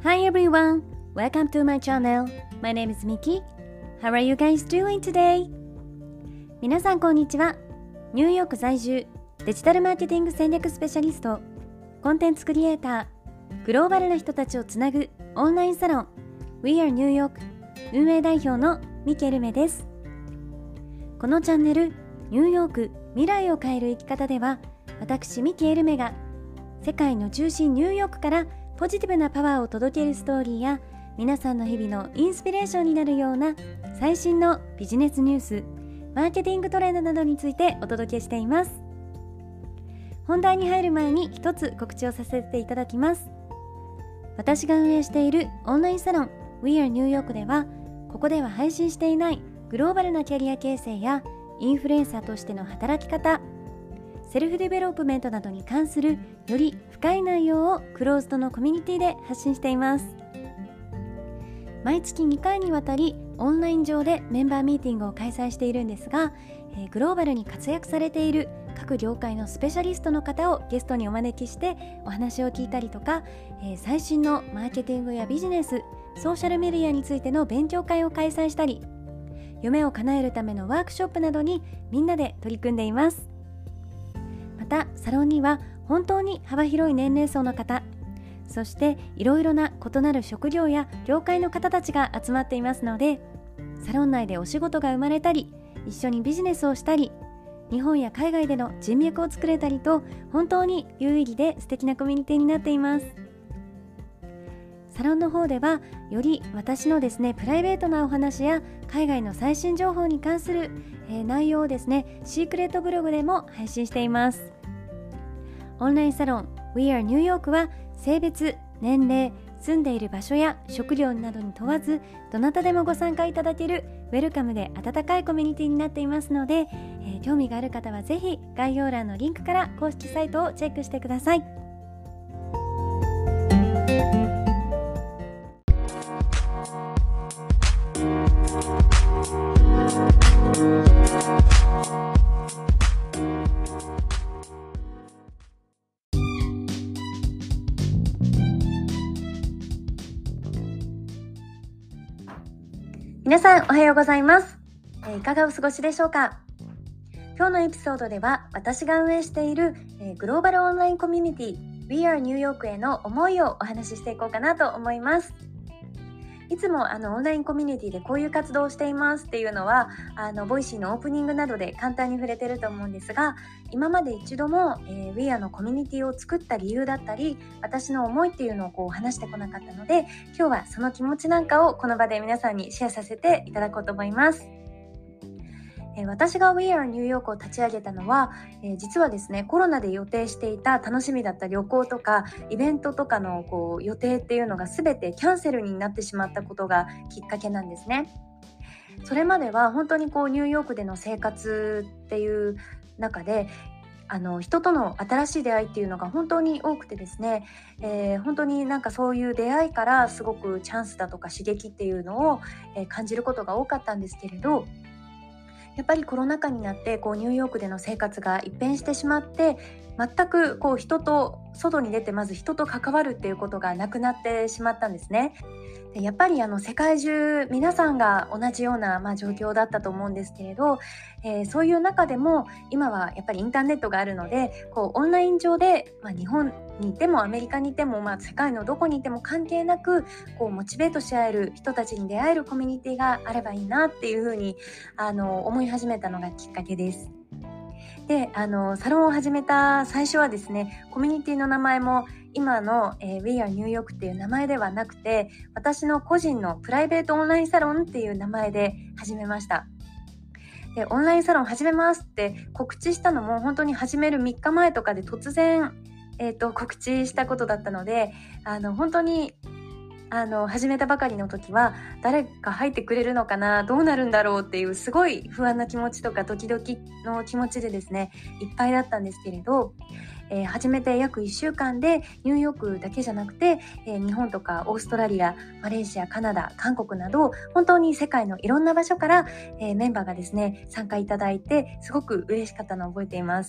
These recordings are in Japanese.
Hi everyone, welcome to my channel. My name is Miki. How are you guys doing today? 皆さんこんにちは。ニューヨーク在住デジタルマーケティング戦略スペシャリスト、コンテンツクリエイター、グローバルな人たちをつなぐオンラインサロン We are New York 運営代表のミキエルメです。このチャンネルニューヨーク未来を変える生き方では、私ミキエルメが世界の中心ニューヨークからポジティブなパワーを届けるストーリーや、皆さんの日々のインスピレーションになるような最新のビジネスニュース、マーケティングトレンドなどについてお届けしています。本題に入る前に一つ告知をさせていただきます。私が運営しているオンラインサロン We are New York では、ここでは配信していないグローバルなキャリア形成やインフルエンサーとしての働き方、セルフデベロップメントなどに関するより深い内容をクローズドのコミュニティで発信しています。毎月2回にわたりオンライン上でメンバーミーティングを開催しているんですが、グローバルに活躍されている各業界のスペシャリストの方をゲストにお招きしてお話を聞いたりとか、最新のマーケティングやビジネス、ソーシャルメディアについての勉強会を開催したり、夢を叶えるためのワークショップなどにみんなで取り組んでいます。またサロンには本当に幅広い年齢層の方、そしていろいろな異なる職業や業界の方たちが集まっていますので、サロン内でお仕事が生まれたり、一緒にビジネスをしたり、日本や海外での人脈を作れたりと、本当に有意義で素敵なコミュニティになっています。サロンの方ではより私のですね、プライベートなお話や海外の最新情報に関する、内容をですね、シークレットブログでも配信しています。オンラインサロン We are New York は性別、年齢、住んでいる場所や職業などに問わず、どなたでもご参加いただけるウェルカムで温かいコミュニティになっていますので、興味がある方はぜひ概要欄のリンクから公式サイトをチェックしてください。皆さんおはようございます。いかがお過ごしでしょうか。今日のエピソードでは、私が運営している、グローバルオンラインコミュニティ We are New York への思いをお話ししていこうかなと思います。いつもオンラインコミュニティでこういう活動をしていますっていうのは、ボイシーのオープニングなどで簡単に触れてると思うんですが、今まで一度も、We are のコミュニティを作った理由だったり、私の思いっていうのを話してこなかったので、今日はその気持ちなんかをこの場で皆さんにシェアさせていただこうと思います。私が We are New York を立ち上げたのは、実はですね、コロナで予定していた楽しみだった旅行とかイベントとかの予定っていうのが全てキャンセルになってしまったことがきっかけなんですね。それまでは本当にニューヨークでの生活っていう中で、人との新しい出会いっていうのが本当に多くてですね、本当にそういう出会いからすごくチャンスだとか刺激っていうのを、感じることが多かったんですけれど、やっぱりコロナ禍になってニューヨークでの生活が一変してしまって、全く人と外に出てまず人と関わるっていうことがなくなってしまったんですね。でやっぱり世界中皆さんが同じような、状況だったと思うんですけれど、そういう中でも今はやっぱりインターネットがあるので、オンライン上で、日本にいてもアメリカにいても、世界のどこにいても関係なくモチベートし合える人たちに出会えるコミュニティがあればいいなっていうふうに思い始めたのがきっかけです。でサロンを始めた最初はですね、コミュニティの名前も今の、We are New York っていう名前ではなくて、私の個人のプライベートオンラインサロンっていう名前で始めました。でオンラインサロン始めますって告知したのも本当に始める3日前とかで突然、告知したことだったので、本当に始めたばかりの時は誰か入ってくれるのかな、どうなるんだろうっていうすごい不安な気持ちとかドキドキの気持ちでですね、いっぱいだったんですけれど、始めて約1週間でニューヨークだけじゃなくて、日本とかオーストラリア、マレーシア、カナダ、韓国など本当に世界のいろんな場所から、メンバーがですね参加いただいて、すごく嬉しかったのを覚えています。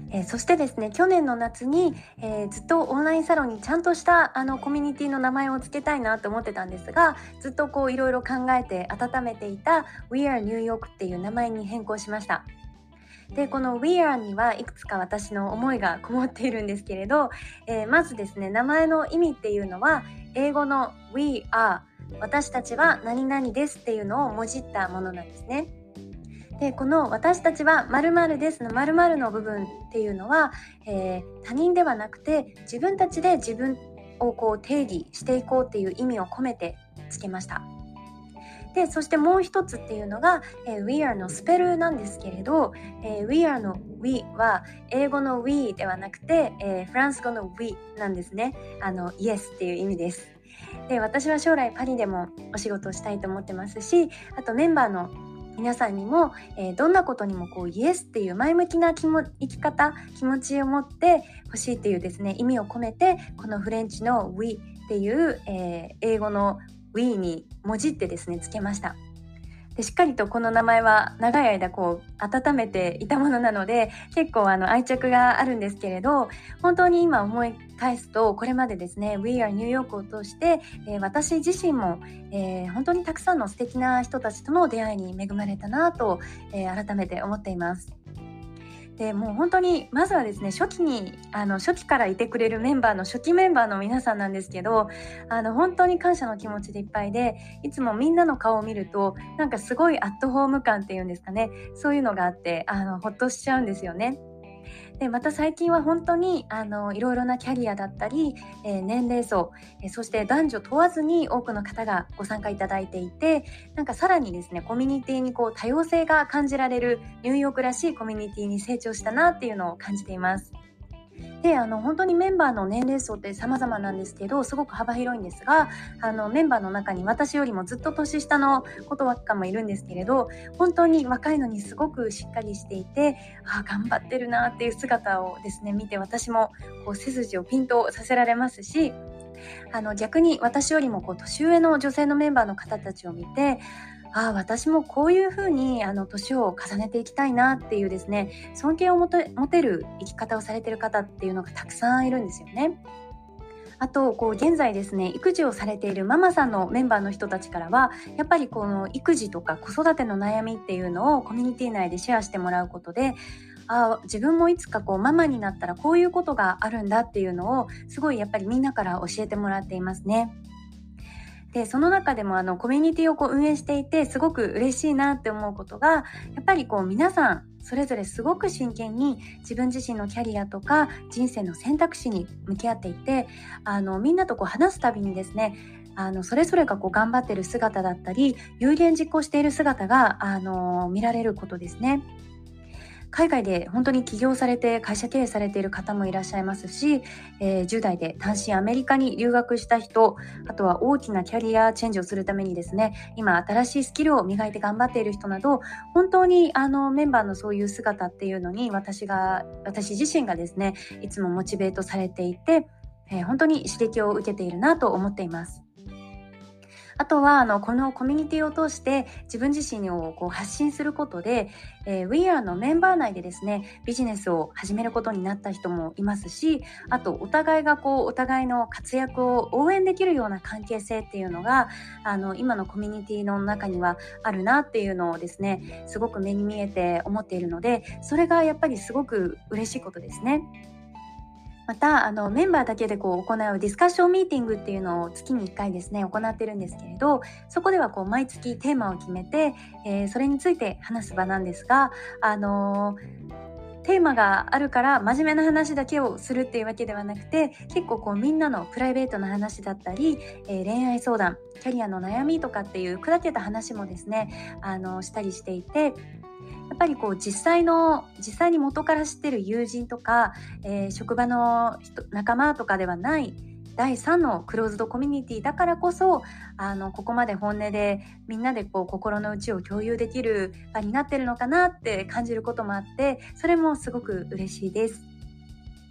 そしてですね、去年の夏に、ずっとオンラインサロンにちゃんとしたコミュニティの名前を付けたいなと思ってたんですが、ずっとこういろいろ考えて温めていた We are New York っていう名前に変更しました。で、この We are にはいくつか私の思いがこもっているんですけれど、まずですね、名前の意味っていうのは英語の We are、 私たちは何々ですっていうのをもじったものなんですね。で、この私たちは〇〇ですの〇〇の部分っていうのは、他人ではなくて自分たちで自分をこう定義していこうっていう意味を込めてつけました。で、そしてもう一つっていうのが、We are のスペルなんですけれど、We are の We は英語の We ではなくて、フランス語の We なんですね。Yes っていう意味です。で、私は将来パリでもお仕事をしたいと思ってますし、あとメンバーの皆さんにも、どんなことにもこうイエスっていう前向きな生き方、気持ちを持ってほしいっていうですね、意味を込めてこのフレンチの We っていう、英語の We にもじってですねつけました。で、しっかりとこの名前は長い間こう温めていたものなので、結構愛着があるんですけれど、本当に今思い返すと、これまでですね We are New York を通して、私自身も、本当にたくさんの素敵な人たちとの出会いに恵まれたなと、改めて思っています。で、もう本当にまずはですね、初期からいてくれるメンバーの初期メンバーの皆さんなんですけど、本当に感謝の気持ちでいっぱいで、いつもみんなの顔を見るとなんかすごいアットホーム感っていうんですかね、そういうのがあってほっとしちゃうんですよね。で、また最近は本当にいろいろなキャリアだったり、年齢層、そして男女問わずに多くの方がご参加いただいていて、なんかさらにですね、コミュニティにこう多様性が感じられるニューヨークらしいコミュニティに成長したなっていうのを感じています。で、本当にメンバーの年齢層って様々なんですけど、すごく幅広いんですが、メンバーの中に私よりもずっと年下の子とかもいるんですけれど、本当に若いのにすごくしっかりしていて、頑張ってるなっていう姿をですね見て、私もこう背筋をピンとさせられますし、逆に私よりもこう年上の女性のメンバーの方たちを見て、私もこういう風に年を重ねていきたいなっていうですね、尊敬を持てる生き方をされている方っていうのがたくさんいるんですよね。あとこう現在ですね、育児をされているママさんのメンバーの人たちからは、やっぱりこの育児とか子育ての悩みっていうのをコミュニティ内でシェアしてもらうことで、自分もいつかこうママになったらこういうことがあるんだっていうのをすごいやっぱりみんなから教えてもらっていますね。で、その中でもコミュニティをこう運営していてすごく嬉しいなって思うことが、やっぱりこう皆さんそれぞれすごく真剣に自分自身のキャリアとか人生の選択肢に向き合っていて、みんなとこう話すたびにですね、それぞれがこう頑張っている姿だったり有言実行している姿が見られることですね。海外で本当に起業されて会社経営されている方もいらっしゃいますし、10代で単身アメリカに留学した人、あとは大きなキャリアチェンジをするためにですね、今新しいスキルを磨いて頑張っている人など、本当にメンバーのそういう姿っていうのに私自身がですね、いつもモチベートされていて、本当に刺激を受けているなと思っています。あとはこのコミュニティを通して自分自身をこう発信することで、We are のメンバー内でですね、ビジネスを始めることになった人もいますし、あとお互いがこうお互いの活躍を応援できるような関係性っていうのが今のコミュニティの中にはあるなっていうのをですね、すごく目に見えて思っているので、それがやっぱりすごく嬉しいことですね。またメンバーだけでこう行うディスカッションミーティングっていうのを月に1回ですね行ってるんですけれど、そこではこう毎月テーマを決めて、それについて話す場なんですが、テーマがあるから真面目な話だけをするっていうわけではなくて、結構こうみんなのプライベートな話だったり、恋愛相談、キャリアの悩みとかっていう砕けた話もですねしたりしていて、やっぱりこう実際に元から知ってる友人とか、職場の仲間とかではない第3のクローズドコミュニティだからこそ、ここまで本音でみんなでこう心の内を共有できる場になってるのかなって感じることもあって、それもすごく嬉しいです。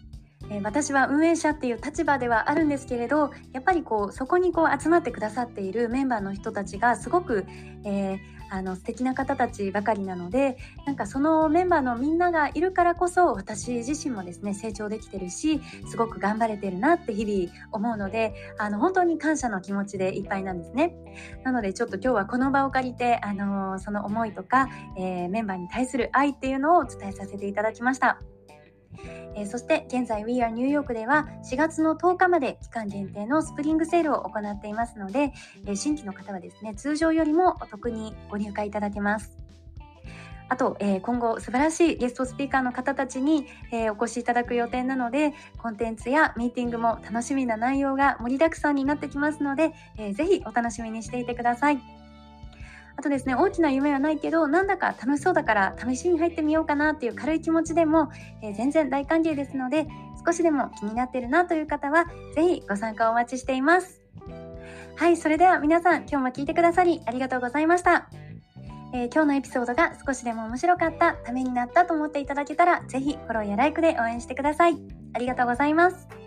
私は運営者っていう立場ではあるんですけれど、やっぱりそこに集まってくださっているメンバーの人たちがすごく、素敵な方たちばかりなので、なんかそのメンバーのみんながいるからこそ私自身もですね成長できてるし、すごく頑張れてるなって日々思うので、本当に感謝の気持ちでいっぱいなんですね。なのでちょっと今日はこの場を借りて、その思いとか、メンバーに対する愛っていうのを伝えさせていただきました。そして現在 We are New York では4月の10日まで期間限定のスプリングセールを行っていますので、新規の方はですね通常よりもお得にご入会いただけます。あと、今後素晴らしいゲストスピーカーの方たちに、お越しいただく予定なので、コンテンツやミーティングも楽しみな内容が盛りだくさんになってきますので、ぜひお楽しみにしていてください。あとですね、大きな夢はないけど、なんだか楽しそうだから試しに入ってみようかなっていう軽い気持ちでも、全然大歓迎ですので、少しでも気になっているなという方は、ぜひご参加お待ちしています。はい、それでは皆さん、今日も聞いてくださりありがとうございました。今日のエピソードが少しでも面白かった、ためになったと思っていただけたら、ぜひフォローやライクで応援してください。ありがとうございます。